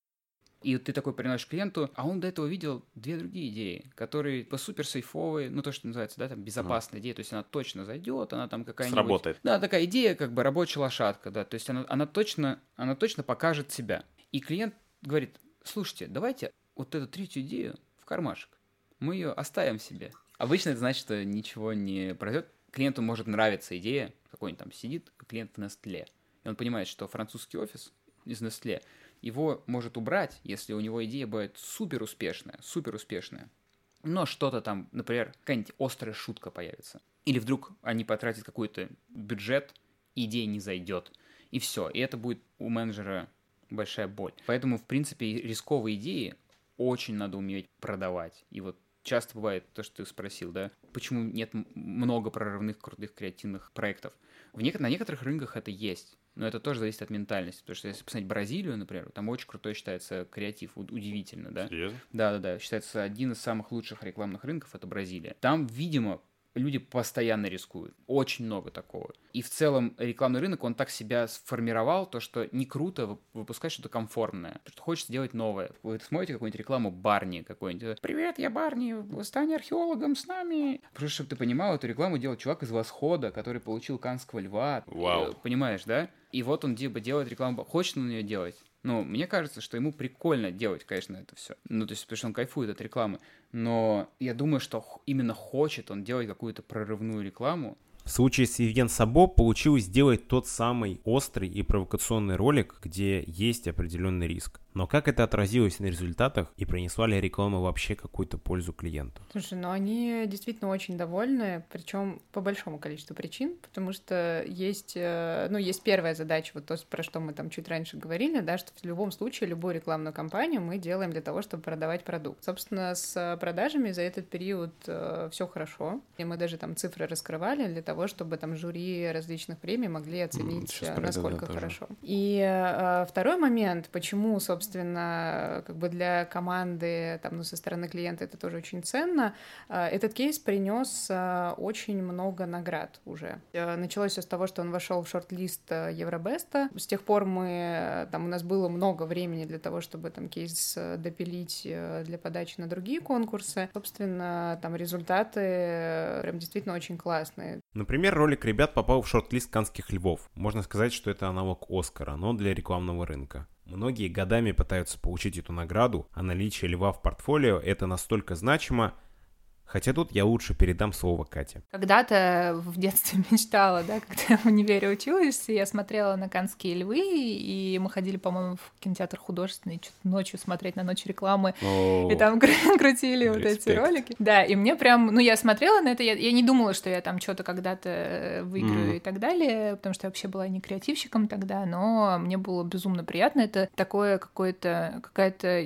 И ты такой приносишь клиенту, а он до этого видел две другие идеи, которые по супер сейфовые, ну то, что называется, да, там безопасная mm. идея, то есть она точно зайдет, она там какая-нибудь... Сработает. Да, такая идея, как бы рабочая лошадка, да, то есть она, она, точно, она точно покажет себя. И клиент говорит, слушайте, давайте вот эту третью идею в кармашек. мы ее оставим себе. Обычно это значит, что ничего не произойдет. Клиенту может нравиться идея, какой-нибудь там сидит клиент в Nestlé, и он понимает, что французский офис из Nestlé его может убрать, если у него идея будет супер успешная, супер успешная. Но что-то там, например, какая-нибудь острая шутка появится. Или вдруг они потратят какой-то бюджет, идея не зайдет. И все. И это будет у менеджера большая боль. Поэтому, в принципе, рисковые идеи очень надо уметь продавать. И вот часто бывает то, что ты спросил, да, почему нет много прорывных, крутых, креативных проектов. В нек- на некоторых рынках это есть. Но это тоже зависит от ментальности. Потому что если посмотреть Бразилию, например, там очень крутой считается креатив. Удивительно, да? Серьезно? Да-да-да. Считается один из самых лучших рекламных рынков — это Бразилия. Там, видимо, люди постоянно рискуют. Очень много такого. И в целом рекламный рынок, он так себя сформировал, то, что не круто выпускать что-то комфортное. Потому что хочется делать новое. Вы смотрите какую-нибудь рекламу Барни какой-нибудь. «Привет, я Барни, стань археологом с нами». Просто, чтобы ты понимал, эту рекламу делал чувак из «Восхода», который получил Каннского льва. Вау. Понимаешь, да? И вот он типа делает рекламу. Хочет он ее делать? Ну, мне кажется, что ему прикольно делать, конечно, это все. Ну, то есть, потому что он кайфует от рекламы. Но я думаю, что именно хочет он делать какую-то прорывную рекламу. В случае с Вивьен Сабо получилось сделать тот самый острый и провокационный ролик, где есть определенный риск. Но как это отразилось на результатах и принесла ли реклама вообще какую-то пользу клиенту? Слушай, ну они действительно очень довольны, причем по большому количеству причин, потому что есть, ну, есть первая задача, вот то, про что мы там чуть раньше говорили, да, что в любом случае любую рекламную кампанию мы делаем для того, чтобы продавать продукт. Собственно, с продажами за этот период э, все хорошо, и мы даже там цифры раскрывали для того, чтобы там жюри различных премий могли оценить, Сейчас насколько да, хорошо. Тоже. И э, второй момент, почему, собственно, Собственно, как бы для команды, там, ну, со стороны клиента это тоже очень ценно. Этот кейс принес очень много наград уже. Началось все с того, что он вошел в шорт-лист Евробеста. С тех пор мы, там, у нас было много времени для того, чтобы там кейс допилить для подачи на другие конкурсы. Собственно, там результаты прям действительно очень классные. Например, ролик ребят попал в шорт-лист Каннских львов. Можно сказать, что это аналог Оскара, но для рекламного рынка. Многие годами пытаются получить эту награду, а наличие льва в портфолио — это настолько значимо. Хотя тут я лучше передам слово Кате. Когда-то в детстве мечтала, да, когда я в универе училась, я смотрела на «Каннские львы», и мы ходили, по-моему, в кинотеатр художественный, что-то ночью смотреть на «Ночь рекламы», О, и там крутили респект. Вот эти ролики. Да, и мне прям, ну, я смотрела на это, я, я не думала, что я там что-то когда-то выиграю mm. и так далее, потому что я вообще была не креативщиком тогда, но мне было безумно приятно. Это такое какое-то, какая-то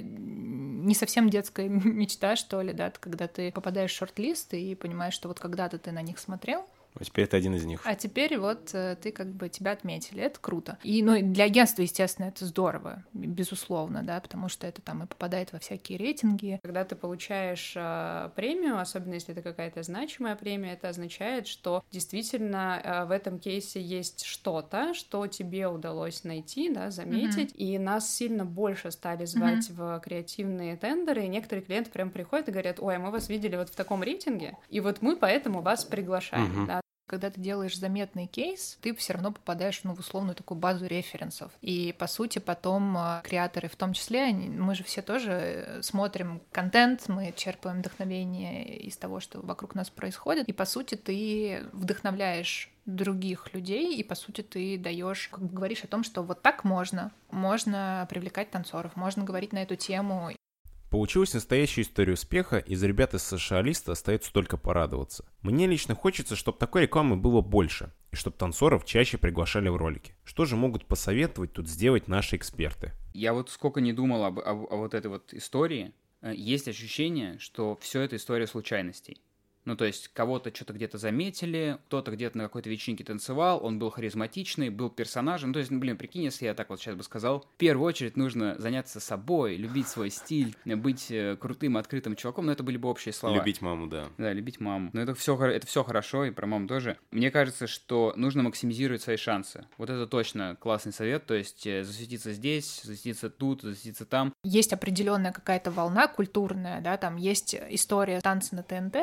не совсем детская мечта, что ли, да, когда ты попадаешь в шорт-лист и понимаешь, что вот когда-то ты на них смотрел, А теперь это один из них. А теперь вот ты как бы тебя отметили, это круто. И, ну, для агентства, естественно, это здорово, безусловно, да, потому что это там и попадает во всякие рейтинги. Когда ты получаешь э, премию, особенно если это какая-то значимая премия, это означает, что действительно э, в этом кейсе есть что-то, что тебе удалось найти, да, заметить, mm-hmm. и нас сильно больше стали звать mm-hmm. в креативные тендеры, и некоторые клиенты прям приходят и говорят: ой, мы вас видели вот в таком рейтинге, и вот мы поэтому вас приглашаем, mm-hmm. да. Когда ты делаешь заметный кейс, ты все равно попадаешь, ну, в условную такую базу референсов. И, по сути, потом креаторы, в том числе, они, мы же все тоже смотрим контент, мы черпаем вдохновение из того, что вокруг нас происходит. И, по сути, ты вдохновляешь других людей, и, по сути, ты даешь, как бы говоришь о том, что вот так можно. Можно привлекать танцоров, можно говорить на эту тему. Получилась настоящая история успеха, и за ребят из США-листа остается только порадоваться. Мне лично хочется, чтобы такой рекламы было больше, и чтобы танцоров чаще приглашали в ролики. Что же могут посоветовать тут сделать наши эксперты? Я вот сколько не думал об, об, о вот этой вот истории, есть ощущение, что все это история случайностей. Ну, то есть, кого-то что-то где-то заметили, кто-то где-то на какой-то вечеринке танцевал, он был харизматичный, был персонажем. Ну, то есть, ну, блин, прикинь, если я так вот сейчас бы сказал, в первую очередь нужно заняться собой, любить свой стиль, быть крутым, открытым чуваком, но это были бы общие слова. Любить маму, да. Да, любить маму. Но это все, это все хорошо, и про маму тоже. Мне кажется, что нужно максимизировать свои шансы. Вот это точно классный совет, то есть засветиться здесь, засветиться тут, засветиться там. Есть определенная какая-то волна культурная, да, там есть история танца на ТНТ, очень сильно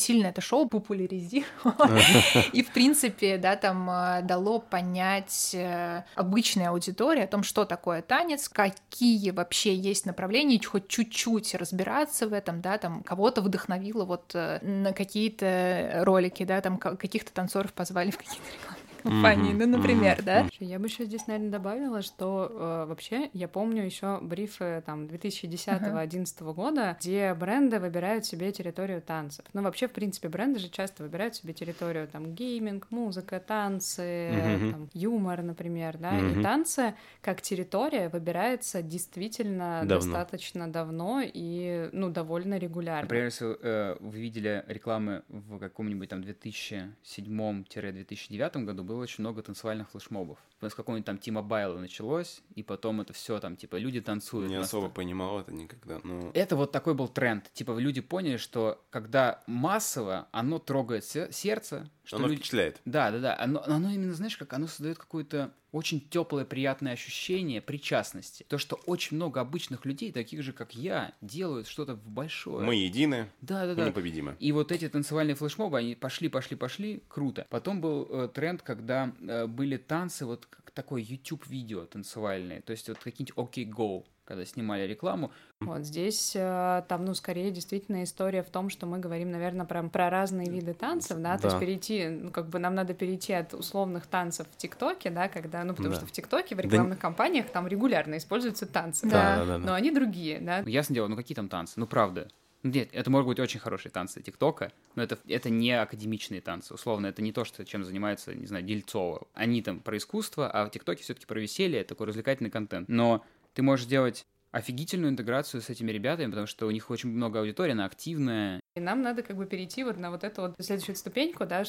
сильно это шоу популяризировало. И, в принципе, да, там дало понять обычной аудитории о том, что такое танец, какие вообще есть направления, хоть чуть-чуть разбираться в этом, да, там кого-то вдохновило вот на какие-то ролики, да, там каких-то танцоров позвали в какие-то рекламные компании, mm-hmm. ну, например, mm-hmm. да. Я бы еще здесь, наверное, добавила, что э, вообще я помню еще брифы там две тысячи десятого-две тысячи одиннадцатого uh-huh. года, где бренды выбирают себе территорию танцев. Ну, вообще, в принципе, бренды же часто выбирают себе территорию там гейминг, музыка, танцы, mm-hmm. там, юмор, например, да, mm-hmm. и танцы как территория выбирается действительно давно. достаточно давно и, ну, довольно регулярно. Например, если э, вы видели рекламы в каком-нибудь там две тысячи седьмом-две тысячи девятом году, было очень много танцевальных флешмобов. С какого-нибудь там T-Mobile началось, и потом это все там, типа, люди танцуют. Не особо понимал это никогда, но... Это вот такой был тренд. Типа, люди поняли, что когда массово, оно трогает сердце, что оно люди... впечатляет. Да, да, да. Оно, оно именно, знаешь, как оно создает какое-то очень теплое, приятное ощущение причастности. То, что очень много обычных людей, таких же, как я, делают что-то в большое. Мы едины, да, да, мы да. непобедимы. И вот эти танцевальные флешмобы, они пошли, пошли, пошли, круто. Потом был э, тренд, когда э, были танцы, вот как такое YouTube-видео танцевальное, то есть вот какие-нибудь OK Go, когда снимали рекламу. Вот здесь там, ну, скорее действительно история в том, что мы говорим, наверное, про, про разные виды танцев, да, да. то есть перейти, ну, как бы нам надо перейти от условных танцев в ТикТоке, да, когда, ну, потому да. что в ТикТоке, в рекламных да. кампаниях там регулярно используются танцы, да. Да, да, да, но они другие, да. Ясно дело, ну какие там танцы, ну правда. Нет, это могут быть очень хорошие танцы ТикТока, но это, это не академичные танцы. Условно, это не то, что, чем занимается, не знаю, Дельцова. Они там про искусство, а в ТикТоке все-таки про веселье, такой развлекательный контент. Но ты можешь делать офигительную интеграцию с этими ребятами, потому что у них очень много аудитории, она активная. И нам надо как бы перейти вот на вот эту вот следующую ступеньку, да,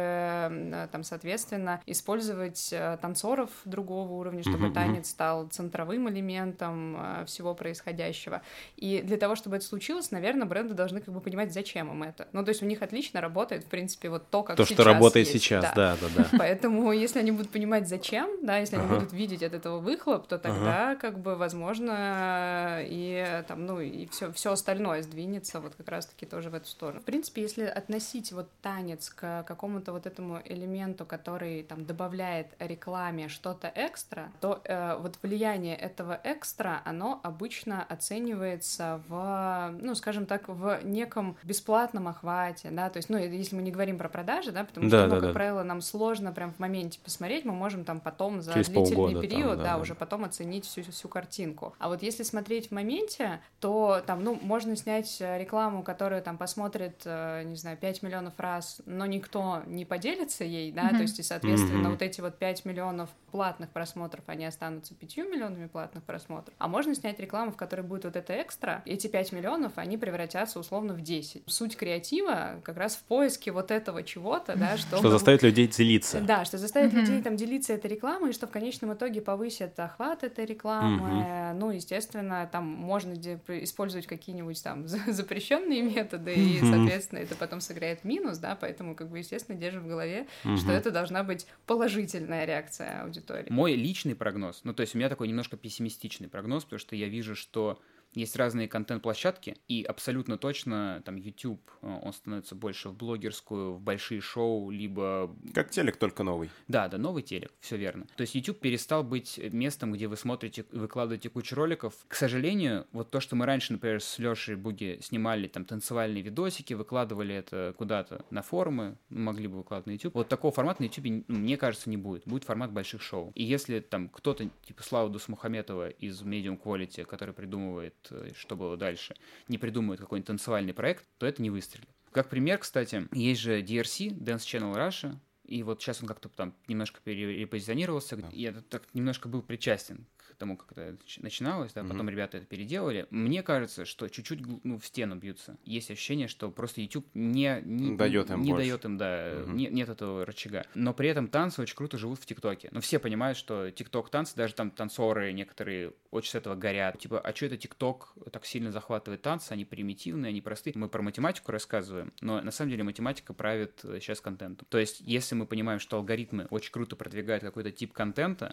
чтобы там, соответственно, использовать танцоров другого уровня, чтобы mm-hmm. танец стал центровым элементом всего происходящего. И для того, чтобы это случилось, наверное, бренды должны как бы понимать, зачем им это. Ну, то есть у них отлично работает, в принципе, вот то, как то, сейчас что работает есть. сейчас, да, да, да, да. Поэтому, если они будут понимать, зачем, да, если они uh-huh. будут видеть от этого выхлоп, то тогда, uh-huh. как бы, возможно, и там, ну, и все, все остальное сдвинется вот как раз-таки тоже в эту сторону. В принципе, если относить вот танец к какому-то вот этому элементу, который там добавляет рекламе что-то экстра, то э, вот влияние этого экстра, оно обычно оценивается в, ну, скажем так, в неком бесплатном охвате, да, то есть, ну, если мы не говорим про продажи, да, потому да, что, ну, да, как да. правило, нам сложно прям в моменте посмотреть, мы можем там потом за Через длительный полгода, период, там, да, да, да, уже потом оценить всю, всю картинку. А вот если смотреть в моменте, то там, ну, можно снять рекламу, которую там посмотрит, не знаю, пять миллионов раз, но никто не поделится ей, да, mm-hmm. то есть, и, соответственно, mm-hmm. вот эти вот пять миллионов платных просмотров, они останутся пятью миллионами платных просмотров. А можно снять рекламу, в которой будет вот это экстра, и эти пять миллионов, они превратятся условно в десять. Суть креатива как раз в поиске вот этого чего-то, да, чтобы... Что заставит людей делиться. Да, что заставит mm-hmm. людей там делиться этой рекламой, и что в конечном итоге повысит охват этой рекламы. Mm-hmm. Ну, естественно, там можно использовать какие-нибудь там запрещенные методы, mm-hmm. и, соответственно, это потом сыграет минус, да, поэтому, как бы, естественно, держим в голове, mm-hmm. что это должна быть положительная реакция аудитории. Мой личный прогноз, ну, то есть у меня такой немножко пессимистичный прогноз, потому что я вижу, что есть разные контент-площадки, и абсолютно точно там YouTube, он становится больше в блогерскую, в большие шоу, либо... Как телек, только новый. Да, да, новый телек, все верно. То есть YouTube перестал быть местом, где вы смотрите, выкладываете кучу роликов. К сожалению, вот то, что мы раньше, например, с Лешей Буги снимали там танцевальные видосики, выкладывали это куда-то на форумы, могли бы выкладывать на YouTube, вот такого формата на YouTube, мне кажется, не будет. Будет формат больших шоу. И если там кто-то, типа Слава Дусмухаметова из Medium Quality, который придумывает, что было дальше, не придумает какой-нибудь танцевальный проект, то это не выстрелит. Как пример, кстати, есть же ди ар си, Dance Channel Russia, и вот сейчас он как-то там немножко перепозиционировался, и я так немножко был причастен к тому, как это начиналось, да, mm-hmm. потом ребята это переделали. Мне кажется, что чуть-чуть, ну, в стену бьются. Есть ощущение, что просто YouTube не, не, дает им, не дает им, да, mm-hmm. не, нет этого рычага. Но при этом танцы очень круто живут в ТикТоке. Но все понимают, что ТикТок-танцы, даже там танцоры некоторые очень с этого горят. Типа, а что это ТикТок так сильно захватывает танцы? Они примитивные, они простые. Мы про математику рассказываем, но на самом деле математика правит сейчас контентом. То есть, если мы понимаем, что алгоритмы очень круто продвигают какой-то тип контента,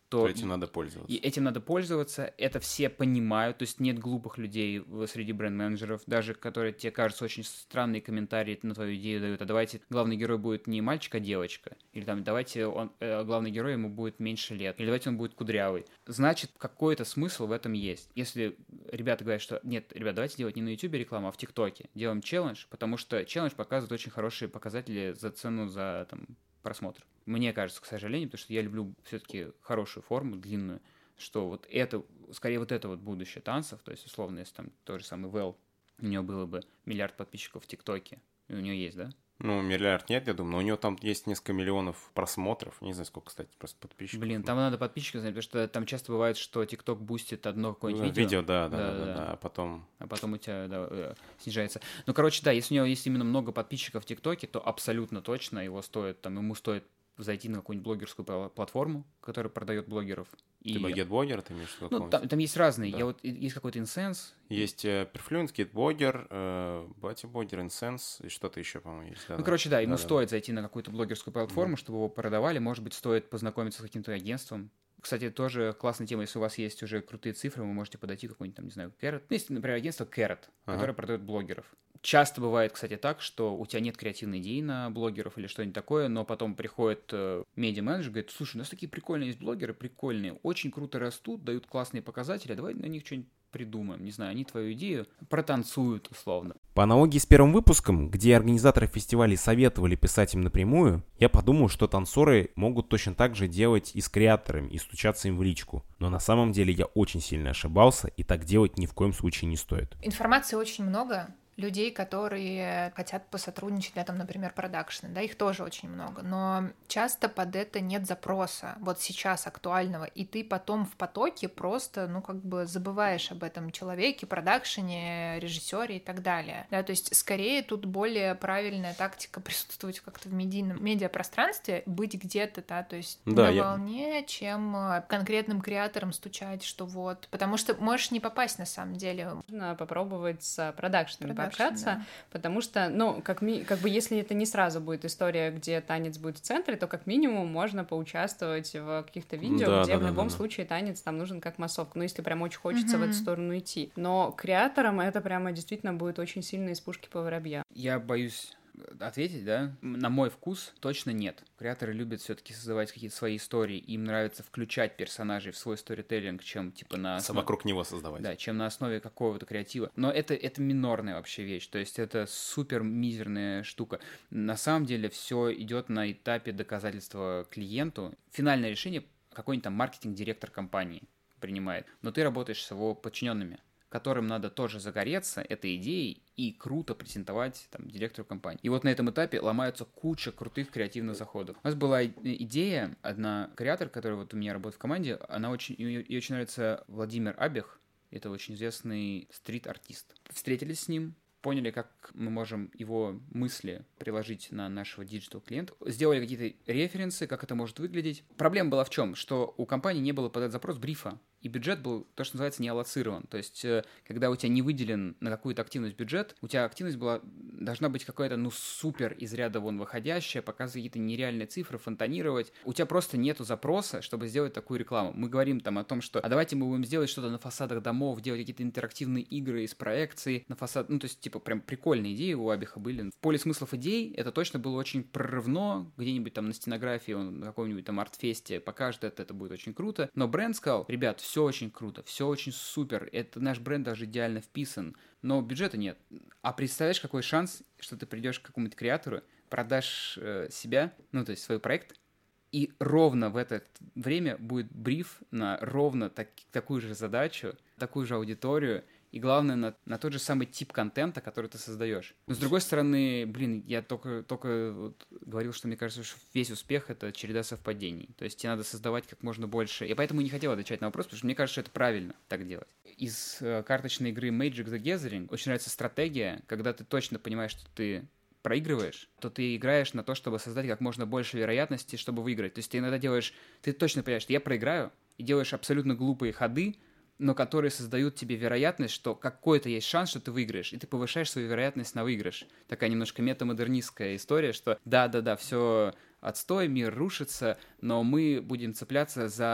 то, то этим надо пользоваться. И этим надо пользоваться, это все понимают, то есть нет глупых людей среди бренд-менеджеров, даже которые тебе кажутся очень странные комментарии на твою идею дают, а давайте главный герой будет не мальчик, а девочка, или там давайте он, э, главный герой ему будет меньше лет, или давайте он будет кудрявый. Значит, какой-то смысл в этом есть. Если ребята говорят, что нет, ребят, давайте делать не на ютубе рекламу, а в ТикТоке, делаем челлендж, потому что челлендж показывает очень хорошие показатели за цену за там, просмотр. Мне кажется, к сожалению, потому что я люблю все-таки хорошую форму, длинную, что вот это, скорее вот это вот будущее танцев, то есть, условно, если там тот же самый Вэл, у него было бы миллиард подписчиков в ТикТоке, и у него есть, да? Ну, миллиард нет, я думаю, но у него там есть несколько миллионов просмотров, не знаю, сколько, кстати, просто подписчиков. Блин, там надо подписчиков знать, потому что там часто бывает, что ТикТок бустит одно какое-нибудь видео. Видео, да, да, да, да, да, да, а потом... А потом у тебя да, снижается. Ну, короче, да, если у него есть именно много подписчиков в ТикТоке, то абсолютно точно его стоит, там, ему стоит зайти на какую-нибудь блогерскую платформу, которая продает блогеров. И... Типа GetBlogger, ты имеешь в виду? Ну, там, там есть разные. Да. Я вот, есть какой-то Insense. Есть э, Perfluence, GetBlogger, э, BuddyBlogger, Insense и что-то еще, по-моему, есть. Да, ну, да. короче, да, ему да, стоит да. зайти на какую-то блогерскую платформу, да. чтобы его продавали. Может быть, стоит познакомиться с каким-то агентством. Кстати, тоже классная тема, если у вас есть уже крутые цифры, вы можете подойти к какой-нибудь, там, не знаю, Carrot. Ну, есть, например, агентство Carrot, ага. которое продает блогеров. Часто бывает, кстати, так, что у тебя нет креативной идеи на блогеров или что-нибудь такое, но потом приходит э, медиа-менеджер и говорит, слушай, у нас такие прикольные есть блогеры, прикольные, очень круто растут, дают классные показатели, давай на них что-нибудь придумаем. Не знаю, они твою идею протанцуют условно. По аналогии с первым выпуском, где организаторы фестивалей советовали писать им напрямую, я подумал, что танцоры могут точно так же делать и с креаторами, и стучаться им в личку. Но на самом деле я очень сильно ошибался, и так делать ни в коем случае не стоит. Информации очень много. Людей, которые хотят посотрудничать, да, там, например, продакшены, да, их тоже очень много, но часто под это нет запроса, вот сейчас актуального, и ты потом в потоке просто, ну, как бы забываешь об этом человеке, продакшене, режиссере и так далее, да, то есть скорее тут более правильная тактика присутствовать как-то в медийном медиапространстве, быть где-то, да, то есть да, на я... волне, чем конкретным креаторам стучать, что вот, потому что можешь не попасть на самом деле. Можно попробовать с продакшеном Продакшн, общаться, да. Потому что, ну, как, ми- как бы если это не сразу будет история, где танец будет в центре, то как минимум можно поучаствовать в каких-то видео, да, где да, в да, любом да, случае танец там нужен как массовка, ну, если прям очень хочется mm-hmm. в эту сторону идти. Но креаторам это прямо действительно будет очень сильно из пушки по воробьям. Я боюсь ответить, да? На мой вкус точно нет. Креаторы любят все-таки создавать какие-то свои истории, им нравится включать персонажей в свой сторителлинг, чем типа на основ... вокруг него создавать. Да, чем на основе какого-то креатива. Но это, это минорная вообще вещь, то есть это супер мизерная штука. На самом деле все идет на этапе доказательства клиенту. Финальное решение какой-нибудь там маркетинг-директор компании принимает, но ты работаешь с его подчиненными, которым надо тоже загореться этой идеей и круто презентовать там, директору компании. И вот на этом этапе ломаются куча крутых креативных заходов. У нас была идея, одна креатор, которая вот у меня работает в команде, она очень, ей, ей очень нравится Владимир Абех, это очень известный стрит-артист. Встретились с ним, поняли, как мы можем его мысли приложить на нашего диджитал-клиента, сделали какие-то референсы, как это может выглядеть. Проблема была в чем? Что у компании не было под этот запрос брифа, и бюджет был, то, что называется, не аллоцирован. То есть, когда у тебя не выделен на какую-то активность бюджет, у тебя активность была, должна быть какая-то, ну, супер из ряда вон выходящая, показывать какие-то нереальные цифры, фонтанировать. У тебя просто нету запроса, чтобы сделать такую рекламу. Мы говорим там о том, что, а давайте мы будем сделать что-то на фасадах домов, делать какие-то интерактивные игры из проекций на фасад, ну, то есть, типа, прям прикольные идеи у Абиха были. В поле смыслов идей это точно было очень прорывно, где-нибудь там на стенографии, он на каком-нибудь там арт-фесте покажет это, это будет очень круто. Но бренд сказал, ребят, все очень круто, все очень супер, это наш бренд даже идеально вписан, но бюджета нет. А представляешь, какой шанс, что ты придешь к какому-то креатору, продашь э, себя, ну, то есть свой проект, и ровно в это время будет бриф на ровно так, такую же задачу, такую же аудиторию, и главное, на, на тот же самый тип контента, который ты создаешь. Но с другой стороны, блин, я только, только вот говорил, что мне кажется, что весь успех — это череда совпадений. То есть тебе надо создавать как можно больше. Я поэтому не хотел отвечать на вопрос, потому что мне кажется, что это правильно так делать. Из э, карточной игры Magic the Gathering очень нравится стратегия, когда ты точно понимаешь, что ты проигрываешь, то ты играешь на то, чтобы создать как можно больше вероятности, чтобы выиграть. То есть ты иногда делаешь... Ты точно понимаешь, что я проиграю, и делаешь абсолютно глупые ходы, но которые создают тебе вероятность, что какой-то есть шанс, что ты выиграешь, и ты повышаешь свою вероятность на выигрыш. Такая немножко метамодернистская история, что да-да-да, все отстой, мир рушится, но мы будем цепляться за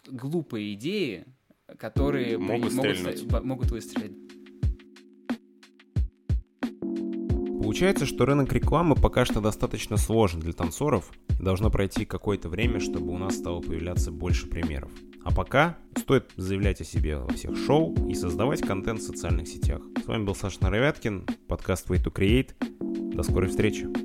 глупые идеи, которые могут, при... могут, стрельнуть. могут выстрелить. Получается, что рынок рекламы пока что достаточно сложен для танцоров, и должно пройти какое-то время, чтобы у нас стало появляться больше примеров. А пока стоит заявлять о себе во всех шоу и создавать контент в социальных сетях. С вами был Саша Наровяткин, подкаст Way to Create. До скорой встречи!